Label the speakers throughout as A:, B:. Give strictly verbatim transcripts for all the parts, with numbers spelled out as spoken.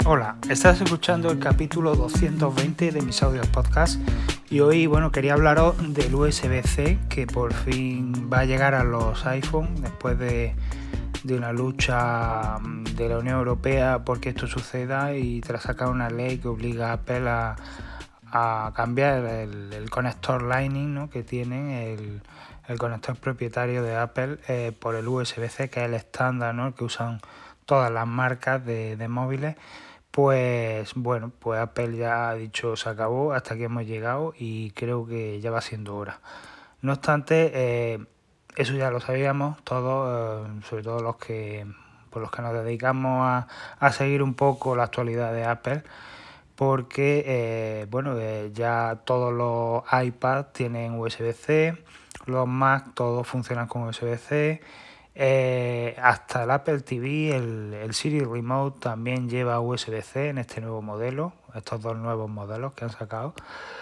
A: Hola, estás escuchando el capítulo doscientos veinte de mis audios podcast y hoy, bueno, quería hablaros del U S B-C que por fin va a llegar a los iPhone después de, de una lucha de la Unión Europea porque esto suceda y tras sacar una ley que obliga a Apple a, a cambiar el, el conector Lightning, ¿no?, que tiene el, el conector propietario de Apple eh, por el U S B-C, que es el estándar, ¿no?, el que usan todas las marcas de, de móviles. Pues bueno, pues Apple ya ha dicho se acabó, hasta aquí hemos llegado y creo que ya va siendo hora. No obstante, eh, eso ya lo sabíamos todos, eh, sobre todo los que por los que nos dedicamos a, a seguir un poco la actualidad de Apple, porque eh, bueno, eh, ya todos los iPads tienen U S B-C, los Mac todos funcionan con U S B-C, eh, hasta el Apple T V, el, el Siri Remote también lleva U S B-C en este nuevo modelo, estos dos nuevos modelos que han sacado.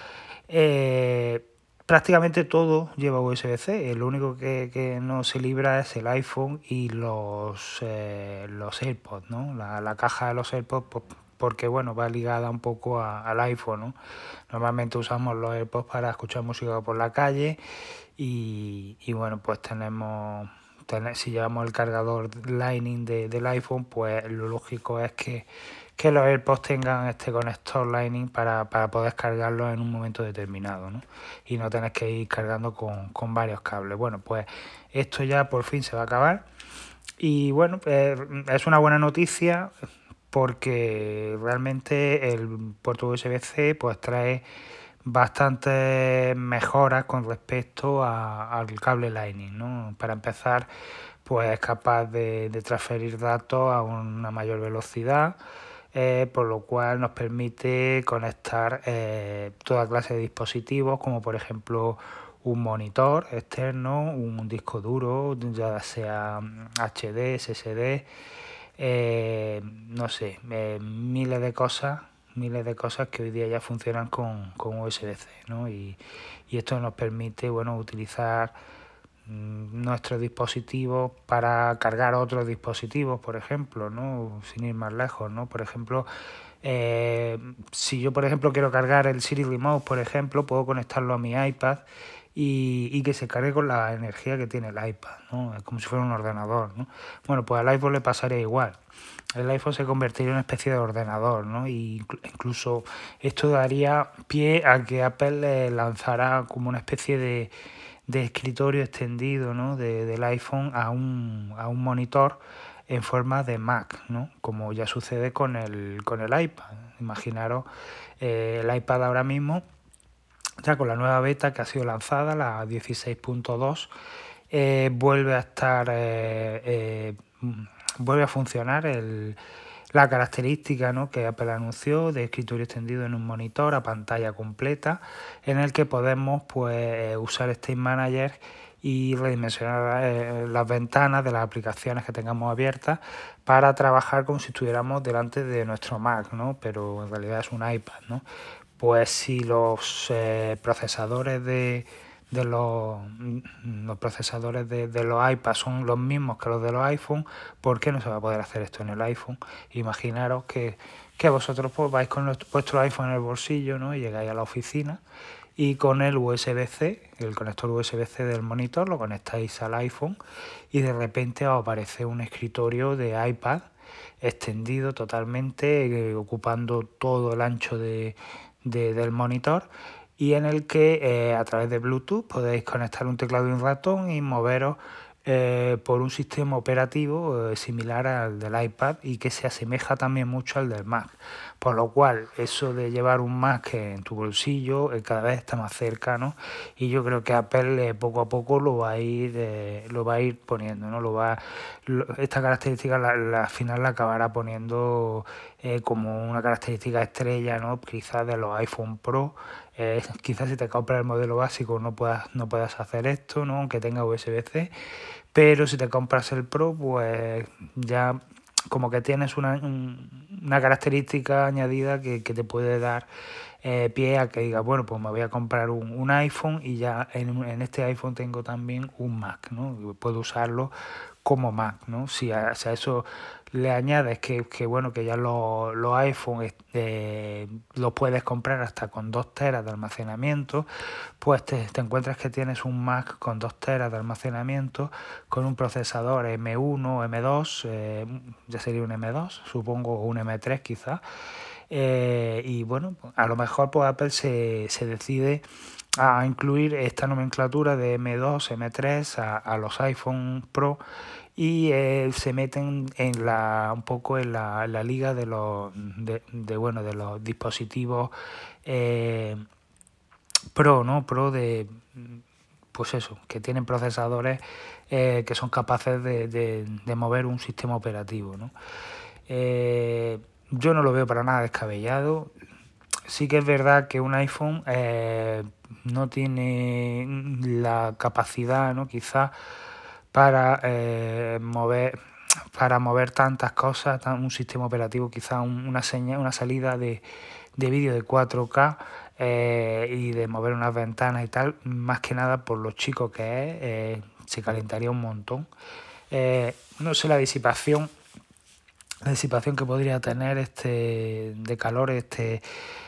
A: Eh, prácticamente todo lleva U S B-C, el único que, que no se libra es el iPhone y los, eh, los AirPods, ¿no? La, la caja de los AirPods, pues, porque bueno, va ligada un poco a, al iPhone, ¿no? Normalmente usamos los AirPods para escuchar música por la calle y, y bueno, pues tenemos, ten, si llevamos el cargador Lightning de, del iPhone, pues lo lógico es que, que los AirPods tengan este conector Lightning para, para poder cargarlos en un momento determinado, ¿no? Y no tener que ir cargando con, con varios cables. Bueno, pues esto ya por fin se va a acabar y bueno, eh, es una buena noticia porque realmente el puerto U S B-C pues trae bastantes mejoras con respecto a, al cable Lightning, ¿no? Para empezar, pues es capaz de, de transferir datos a una mayor velocidad, eh, por lo cual nos permite conectar eh, toda clase de dispositivos, como por ejemplo un monitor externo, un disco duro, ya sea H D, S S D, eh, no sé, eh, miles de cosas miles de cosas que hoy día ya funcionan con, con U S B-C, ¿no? Y, y esto nos permite, bueno, utilizar mmm, nuestros dispositivos para cargar otros dispositivos, por ejemplo, ¿no? Sin ir más lejos, ¿no? Por ejemplo, eh, si yo, por ejemplo, quiero cargar el Siri Remote, por ejemplo, puedo conectarlo a mi iPad y, y que se cargue con la energía que tiene el iPad, ¿no? Es como si fuera un ordenador, ¿no? Bueno, pues al iPhone le pasaría igual. El iPhone se convertiría en una especie de ordenador, ¿no? Y incluso esto daría pie a que Apple lanzara como una especie de, de escritorio extendido, ¿no?, de, del iPhone a un, a un monitor en forma de Mac, ¿no?, como ya sucede con el, con el iPad. Imaginaros eh, el iPad ahora mismo, ya con la nueva beta que ha sido lanzada, la dieciséis punto dos, eh, vuelve a estar... Eh, eh, vuelve a funcionar el, la característica, ¿no?, que Apple anunció de escritorio extendido en un monitor a pantalla completa, en el que podemos pues usar State Manager y redimensionar eh, las ventanas de las aplicaciones que tengamos abiertas para trabajar como si estuviéramos delante de nuestro Mac, ¿no?, pero en realidad es un iPad, ¿no? Pues si los eh, procesadores de de los, los procesadores de, de los iPads son los mismos que los de los iPhone, ¿por qué no se va a poder hacer esto en el iPhone? Imaginaros que, que vosotros pues, vais con vuestro iPhone en el bolsillo, ¿no?, y llegáis a la oficina y con el U S B-C, el conector U S B-C del monitor, lo conectáis al iPhone y de repente os aparece un escritorio de iPad extendido totalmente, eh, ocupando todo el ancho de, de, del monitor, y en el que eh, a través de Bluetooth podéis conectar un teclado y un ratón y moveros eh, por un sistema operativo eh, similar al del iPad y que se asemeja también mucho al del Mac. Por lo cual, eso de llevar un Mac en tu bolsillo eh, cada vez está más cerca, ¿no? Y yo creo que Apple eh, poco a poco lo va a ir eh, lo va a ir poniendo, ¿no? Lo va lo, esta característica la, la, al final la acabará poniendo eh, como una característica estrella, ¿no?, quizás de los iPhone Pro. Eh, quizás si te compras el modelo básico no puedas, no puedas hacer esto, ¿no?, aunque tenga U S B-C, pero si te compras el Pro, pues ya como que tienes una, una característica añadida que, que te puede dar eh, pie a que digas, bueno, pues me voy a comprar un, un iPhone y ya en, en este iPhone tengo también un Mac, ¿no? Puedo usarlo como Mac, ¿no? Si a, si a eso le añades que, que bueno, que ya los, los iPhone eh, los puedes comprar hasta con dos teras de almacenamiento, pues te, te encuentras que tienes un Mac con dos teras de almacenamiento, con un procesador M uno o M dos, eh, ya sería un M dos, supongo, o un M tres quizás. Eh, y bueno, a lo mejor pues Apple se, se decide a incluir esta nomenclatura de M dos, M tres a, a los iPhone Pro y eh, se meten en la un poco en la, la liga de los de, de, bueno de los dispositivos eh, Pro, ¿no? Pro de pues eso, que tienen procesadores eh, que son capaces de, de, de mover un sistema operativo, ¿no? Eh, yo no lo veo para nada descabellado. Sí que es verdad que un iPhone eh, no tiene la capacidad, ¿no? Quizás para eh, mover para mover tantas cosas, un sistema operativo, quizás una señal, una salida de, de vídeo de cuatro K eh, y de mover unas ventanas y tal, más que nada por lo chico que es, eh, se calentaría un montón. Eh, no sé la disipación, la disipación que podría tener este de calor este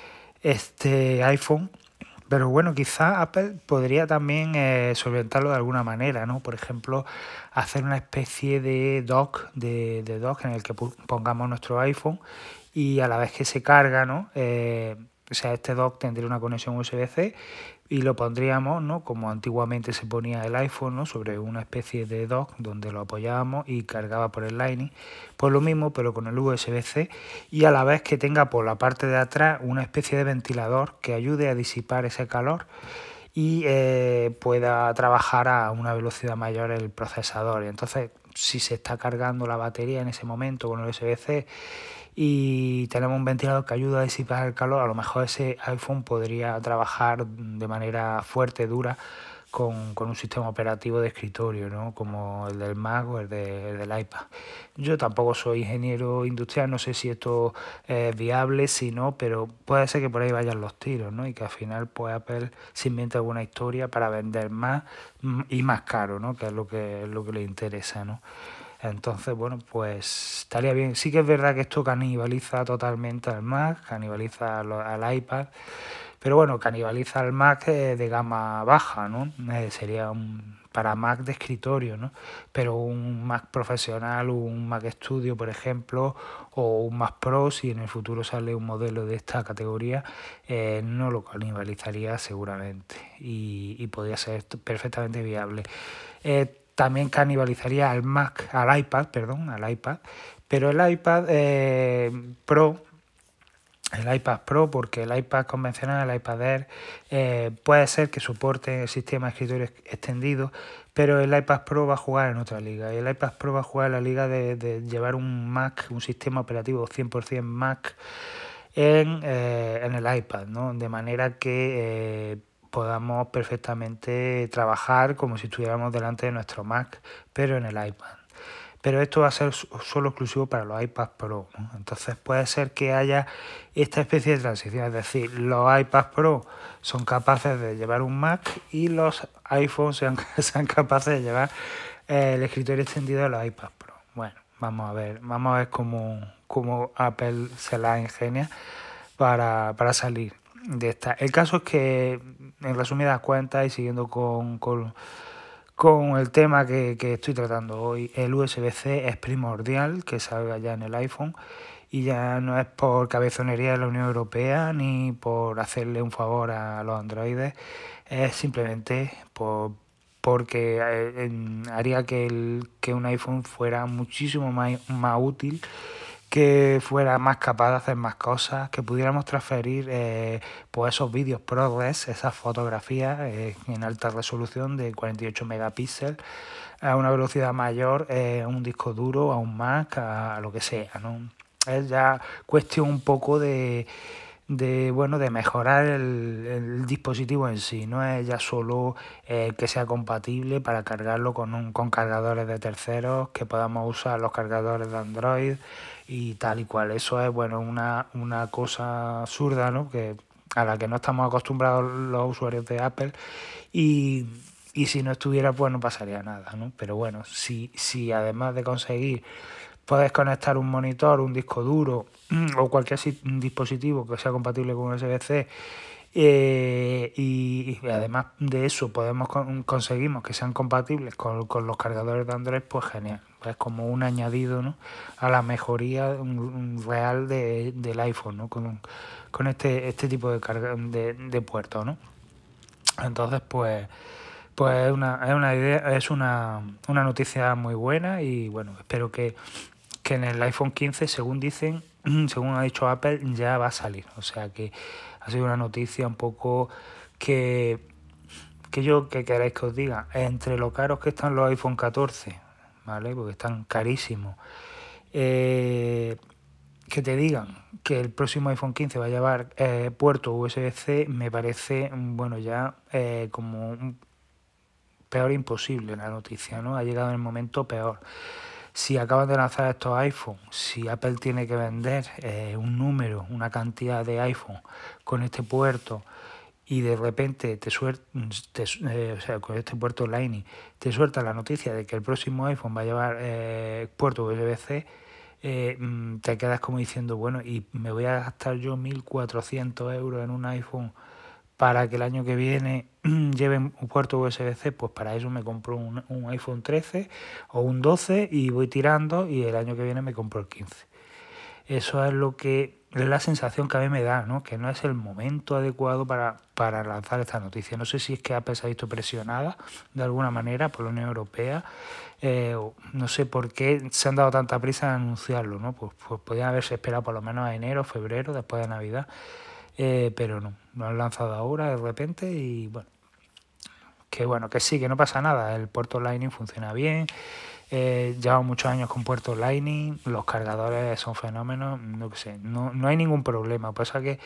A: este iPhone, pero bueno, quizás Apple podría también eh, solventarlo de alguna manera, ¿no? Por ejemplo, hacer una especie de dock, de, de dock en el que pongamos nuestro iPhone y a la vez que se carga, ¿no? Eh, o sea, este dock tendría una conexión U S B C y lo pondríamos, ¿no? Como antiguamente se ponía el iPhone, ¿no? Sobre una especie de dock donde lo apoyábamos y cargaba por el Lightning. Pues lo mismo, pero con el U S B C y a la vez que tenga por la parte de atrás una especie de ventilador que ayude a disipar ese calor y eh, pueda trabajar a una velocidad mayor el procesador. Y entonces, si se está cargando la batería en ese momento con el U S B C y tenemos un ventilador que ayuda a disipar el calor, a lo mejor ese iPhone podría trabajar de manera fuerte, dura, con, con un sistema operativo de escritorio, ¿no? Como el del Mac o el, de, el del iPad. Yo tampoco soy ingeniero industrial, no sé si esto es viable, si no, pero puede ser que por ahí vayan los tiros, ¿no? Y que al final pues Apple se invente alguna historia para vender más y más caro, ¿no? Que es lo que, es lo que le interesa, ¿no? Entonces, bueno, pues estaría bien. Sí que es verdad que esto canibaliza totalmente al Mac, canibaliza al iPad, pero bueno, canibaliza al Mac eh, de gama baja, ¿no? Eh, sería un, para Mac de escritorio, ¿no? Pero un Mac profesional, un Mac Studio, por ejemplo, o un Mac Pro, si en el futuro sale un modelo de esta categoría, eh, no lo canibalizaría seguramente y, y podría ser perfectamente viable. Eh, También canibalizaría al Mac, al iPad, perdón, al iPad, pero el iPad eh, Pro, el iPad Pro, porque el iPad convencional, el iPad Air, eh, puede ser que soporte el sistema de escritorio extendido, pero el iPad Pro va a jugar en otra liga. Y el iPad Pro va a jugar en la liga de, de llevar un Mac, un sistema operativo cien por ciento Mac en, eh, en el iPad, ¿no? De manera que eh, podamos perfectamente trabajar como si estuviéramos delante de nuestro Mac, pero en el iPad. Pero esto va a ser solo exclusivo para los iPad Pro, ¿no? Entonces puede ser que haya esta especie de transición, es decir, los iPad Pro son capaces de llevar un Mac y los iPhones sean, sean capaces de llevar eh, el escritorio extendido de los iPad Pro. Bueno, vamos a ver, vamos a ver cómo, cómo Apple se la ingenia para, para salir de esta. El caso es que, en resumidas cuentas y siguiendo con, con, con el tema que, que estoy tratando hoy, el U S B C es primordial que salga ya en el iPhone y ya no es por cabezonería de la Unión Europea ni por hacerle un favor a los androides, es simplemente por porque eh, haría que, el, que un iPhone fuera muchísimo más, más útil, que fuera más capaz de hacer más cosas, que pudiéramos transferir eh, pues esos vídeos ProRes, esas fotografías eh, en alta resolución de cuarenta y ocho megapíxeles a una velocidad mayor, eh, a un disco duro, a un Mac, a, a lo que sea, ¿no? Es ya cuestión un poco de de bueno de mejorar el, el dispositivo en sí, no es ya solo eh, que sea compatible para cargarlo con un, con cargadores de terceros, que podamos usar los cargadores de Android y tal y cual. Eso es bueno una, una cosa absurda, ¿no? Que a la que no estamos acostumbrados los usuarios de Apple y, y si no estuviera pues no pasaría nada, ¿no? Pero bueno, si, si además de conseguir Puedes conectar un monitor, un disco duro o cualquier dispositivo que sea compatible con U S B-C. Eh, y, y además de eso podemos con, conseguimos que sean compatibles con, con los cargadores de Android, pues genial. Es como un añadido, ¿no?, a la mejoría un, un real de, del iPhone, ¿no?, con, con este, este tipo de, carga, de, de puertos, ¿no? Entonces, pues pues es una, es una idea, es una, una noticia muy buena y bueno, espero que, que en el iPhone quince, según dicen, según ha dicho Apple, ya va a salir. O sea que ha sido una noticia un poco que, que yo, que queréis que os diga, entre lo caros que están los iPhone catorce, ¿vale? Porque están carísimos. Eh, que te digan que el próximo iPhone quince va a llevar eh, puerto U S B-C, me parece, bueno, ya eh, como un peor imposible la noticia, ¿no? Ha llegado en el momento peor. Si acaban de lanzar estos iPhones, si Apple tiene que vender eh, un número, una cantidad de iPhone con este puerto y de repente te suelta, eh, o sea, con este puerto Lightning, te suelta la noticia de que el próximo iPhone va a llevar eh, puerto U S B-C, eh, te quedas como diciendo, bueno, y me voy a gastar yo mil cuatrocientos euros en un iPhone para que el año que viene lleven un puerto U S B-C, pues para eso me compro un, un iPhone trece o un doce y voy tirando y el año que viene me compro el quince. Eso es lo que es la sensación que a mí me da, ¿no?, que no es el momento adecuado para, para lanzar esta noticia. No sé si es que Apple se ha visto presionada de alguna manera por la Unión Europea, eh, no sé por qué se han dado tanta prisa en anunciarlo, ¿no? Pues, pues podrían haberse esperado por lo menos a enero, febrero, después de Navidad. Eh, pero no, lo han lanzado ahora de repente y bueno, que bueno, que sí, que no pasa nada, el puerto Lightning funciona bien, eh, llevamos muchos años con puerto Lightning, los cargadores son fenómenos, no que sé, no, no hay ningún problema, pasa que,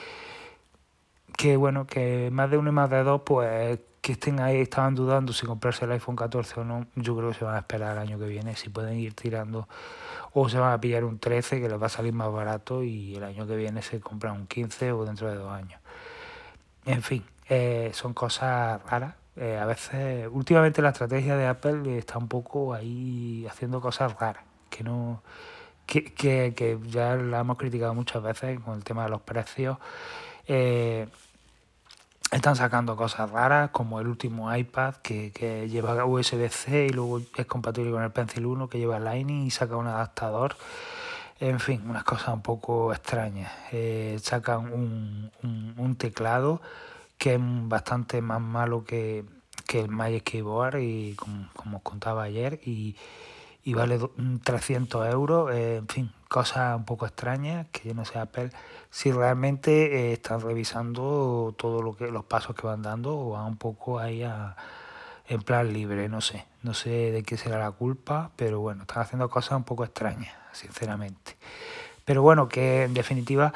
A: que bueno, que más de uno y más de dos, pues que estén ahí, estaban dudando si comprarse el iPhone catorce o no, yo creo que se van a esperar el año que viene, si pueden ir tirando, o se van a pillar un trece que les va a salir más barato y el año que viene se compran un quince o dentro de dos años. En fin, eh, son cosas raras. Eh, a veces, últimamente la estrategia de Apple está un poco ahí haciendo cosas raras, que no, que, que, que ya la hemos criticado muchas veces con el tema de los precios. Eh, están sacando cosas raras, como el último iPad que, que lleva U S B-C y luego es compatible con el Pencil uno que lleva Lightning y saca un adaptador. En fin, unas cosas un poco extrañas. Eh, sacan un, un, un teclado que es bastante más malo que, que el Magic Keyboard, y como, como os contaba ayer, y, y vale trescientos euros. Eh, en fin, cosas un poco extrañas que yo no sé Apple si realmente eh, están revisando todo lo que los pasos que van dando o van un poco ahí a, en plan libre, no sé, no sé de qué será la culpa, pero bueno, están haciendo cosas un poco extrañas, sinceramente. Pero bueno, que en definitiva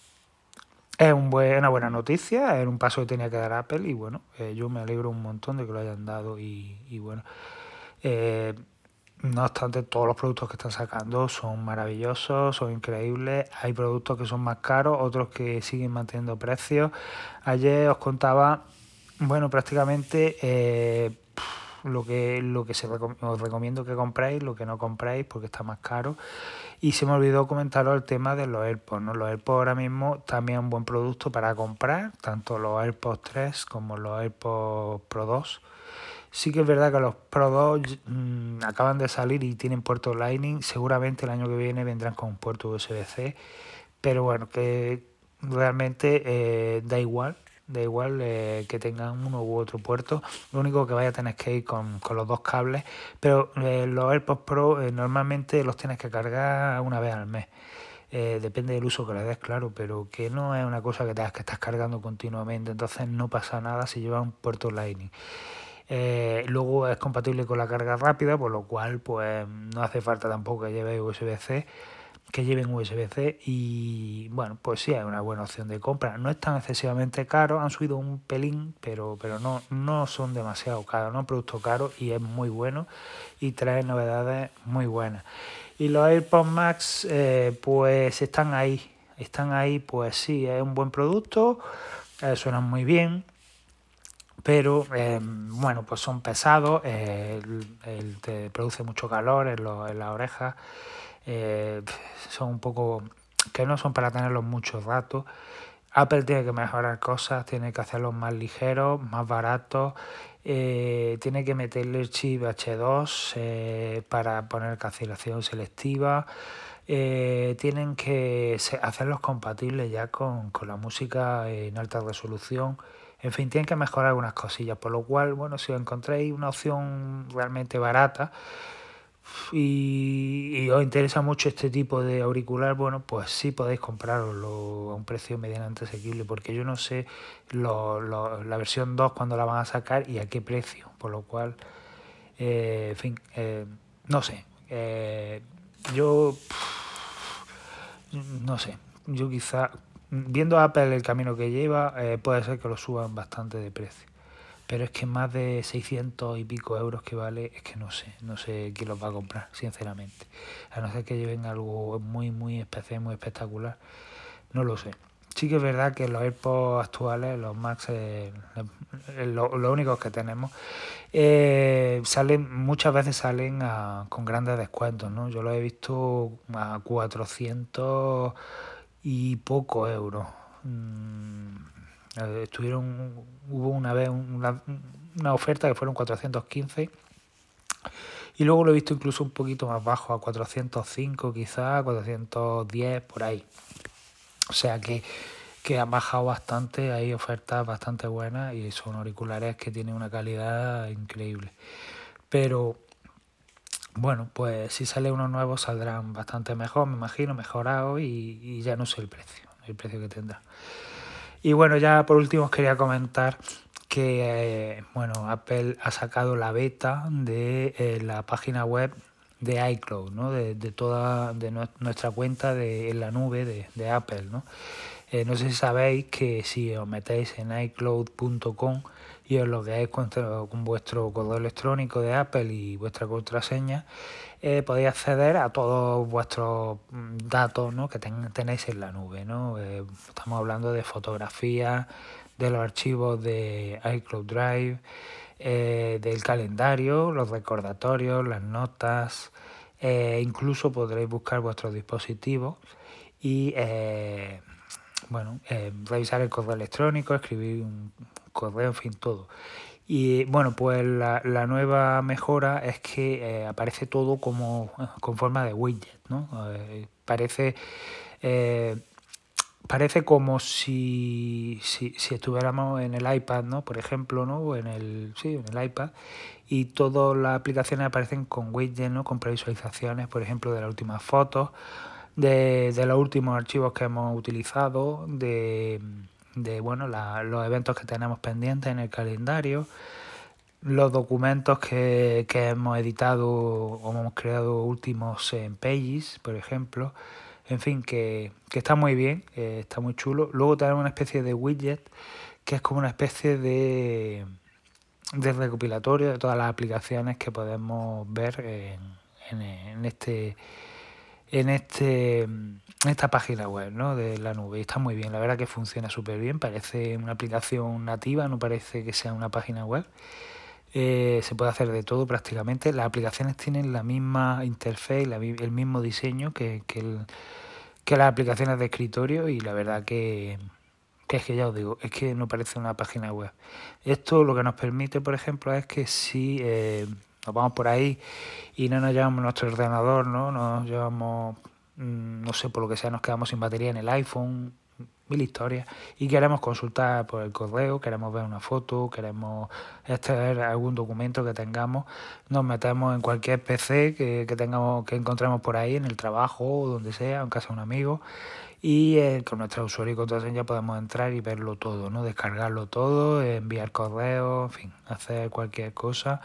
A: es un buen, una buena noticia, es un paso que tenía que dar Apple y bueno, eh, yo me alegro un montón de que lo hayan dado y, y bueno, eh, no obstante, todos los productos que están sacando son maravillosos, son increíbles. Hay productos que son más caros, otros que siguen manteniendo precios. Ayer os contaba, bueno, prácticamente eh, lo que lo que se recom- os recomiendo que compréis, lo que no compréis porque está más caro. Y se me olvidó comentaros el tema de los AirPods, ¿no? Los AirPods ahora mismo también es un buen producto para comprar, tanto los AirPods tres como los AirPods Pro dos. Sí que es verdad que los Pro dos mmm, acaban de salir y tienen puerto Lightning. Seguramente el año que viene vendrán con un puerto U S B-C. Pero bueno, que realmente eh, da igual. Da igual eh, que tengan uno u otro puerto. Lo único que vaya a tener que ir con, con los dos cables. Pero eh, los AirPods Pro eh, normalmente los tienes que cargar una vez al mes. Eh, depende del uso que le des, claro, pero que no es una cosa que tengas que estar cargando continuamente. Entonces no pasa nada si lleva un puerto Lightning. Eh, luego es compatible con la carga rápida, por lo cual pues no hace falta tampoco que lleve U S B-C, que lleven U S B-C y bueno, pues sí, es una buena opción de compra. No es tan excesivamente caro, han subido un pelín, pero, pero no, no son demasiado caros, no es un producto caro y es muy bueno y trae novedades muy buenas. Y los AirPods Max eh, pues están ahí, están ahí, pues sí, es un buen producto, eh, suenan muy bien. Pero eh, bueno, pues son pesados, eh, el, el te produce mucho calor en, lo, en las orejas, eh, son un poco... que no son para tenerlos mucho rato. Apple tiene que mejorar cosas, tiene que hacerlos más ligeros, más baratos, eh, tiene que meterle el chip hache dos eh, para poner cancelación selectiva, eh, tienen que hacerlos compatibles ya con, con la música en alta resolución. En fin, tienen que mejorar algunas cosillas, por lo cual, bueno, si encontréis una opción realmente barata, y, y os interesa mucho este tipo de auricular, bueno, pues sí podéis comprarlo a un precio medianamente asequible, porque yo no sé lo, lo, la versión dos cuándo la van a sacar y a qué precio, por lo cual, eh, en fin, eh, no sé, eh, yo no sé, yo quizá, viendo Apple el camino que lleva, eh, puede ser que lo suban bastante de precio. Pero es que más de seiscientos y pico euros que vale, es que no sé, no sé quién los va a comprar, sinceramente. A no ser que lleven algo muy, muy especial, muy espectacular, no lo sé. Sí que es verdad que los AirPods actuales, los Max, eh, los lo únicos que tenemos, eh, salen muchas veces salen a, con grandes descuentos, ¿no? Yo los he visto a cuatrocientos y poco euros. Mm, estuvieron hubo una vez una, una oferta que fueron cuatrocientos quince y luego lo he visto incluso un poquito más bajo, a cuatrocientos cinco quizás, cuatrocientos diez por ahí. O sea que, que han bajado bastante, hay ofertas bastante buenas y son auriculares que tienen una calidad increíble. Pero bueno, pues si sale uno nuevo saldrán bastante mejor, me imagino, mejorados y, y ya no sé el precio, el precio que tendrá. Y bueno, ya por último os quería comentar que eh, bueno, Apple ha sacado la beta de eh, la página web de iCloud, ¿no? De, de toda de no, nuestra cuenta de, en la nube de, de Apple, ¿no? Eh, no sé si sabéis que si os metéis en iCloud punto com y os logueáis con, con vuestro correo electrónico de Apple y vuestra contraseña, eh, podéis acceder a todos vuestros datos, ¿no? que ten, tenéis en la nube, ¿no? Eh, estamos hablando de fotografías, de los archivos de iCloud Drive, eh, del calendario, los recordatorios, las notas, eh, incluso podréis buscar vuestros dispositivos y eh, bueno, eh, revisar el correo electrónico, escribir un correo, en fin, todo. Y bueno, pues la, la nueva mejora es que eh, aparece todo como con forma de widget, ¿no? Eh, parece eh, parece como si, si, si estuviéramos en el iPad, ¿no? Por ejemplo, ¿no? O en el sí, en el iPad, y todas las aplicaciones aparecen con widgets, ¿no? Con previsualizaciones, por ejemplo, de las últimas fotos, de, de los últimos archivos que hemos utilizado, de, de bueno, la, los eventos que tenemos pendientes en el calendario, los documentos que, que hemos editado o hemos creado últimos en Pages, por ejemplo. En fin, que, que está muy bien, eh, está muy chulo. Luego tenemos una especie de widget que es como una especie de, de recopilatorio de todas las aplicaciones que podemos ver en, en, en este en este en esta página web, ¿no? de la nube. Y está muy bien, la verdad que funciona súper bien, parece una aplicación nativa, no parece que sea una página web. Eh, se puede hacer de todo prácticamente. Las aplicaciones tienen la misma interfaz, la, el mismo diseño que, que, el, que las aplicaciones de escritorio, y la verdad que, que es que ya os digo, es que no parece una página web. Esto lo que nos permite, por ejemplo, es que si eh, nos vamos por ahí y no nos llevamos nuestro ordenador, no nos llevamos, no sé, por lo que sea, nos quedamos sin batería en el iPhone, mil historias, y queremos consultar por el correo, queremos ver una foto, queremos extraer algún documento que tengamos, nos metemos en cualquier P C que, que tengamos, que encontremos por ahí, en el trabajo o donde sea, en casa de un amigo, y eh, con nuestro usuario y contraseña podemos entrar y verlo todo, ¿no? Descargarlo todo, enviar correos, en fin, hacer cualquier cosa.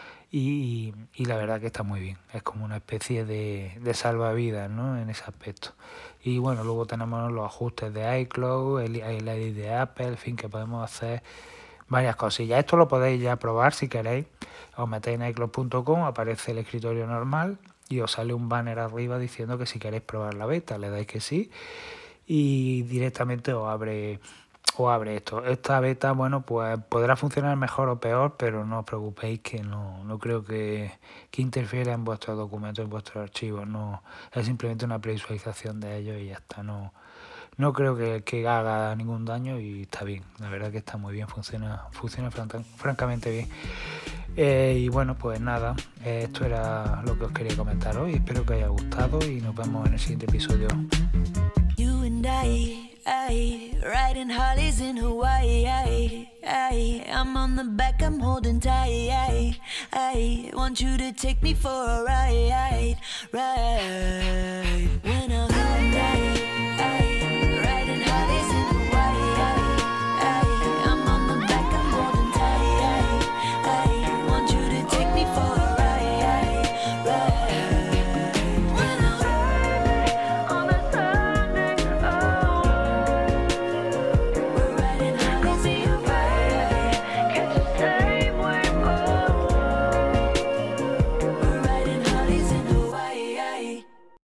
A: Y, y la verdad que está muy bien, es como una especie de, de salvavidas, ¿no? En ese aspecto. Y bueno, luego tenemos los ajustes de iCloud, el, el I D de Apple, en fin, que podemos hacer varias cosillas. Esto lo podéis ya probar si queréis. Os metéis en iCloud punto com, aparece el escritorio normal y os sale un banner arriba diciendo que si queréis probar la beta, le dais que sí y directamente os abre os abre esto. Esta beta, bueno, pues podrá funcionar mejor o peor, pero no os preocupéis que no, no creo que, que interfiera en vuestros documentos, en vuestros archivos. No, es simplemente una previsualización de ellos y ya está. No, no creo que, que haga ningún daño y está bien. La verdad que está muy bien, funciona, funciona fran- francamente bien. Eh, y bueno, pues nada, eh, esto era lo que os quería comentar hoy. Espero que os haya gustado y nos vemos en el siguiente episodio.
B: You and I, I, riding Harleys in Hawaii, I, I, I'm on the back, I'm holding tight, I, I want you to take me for a ride, ride, when I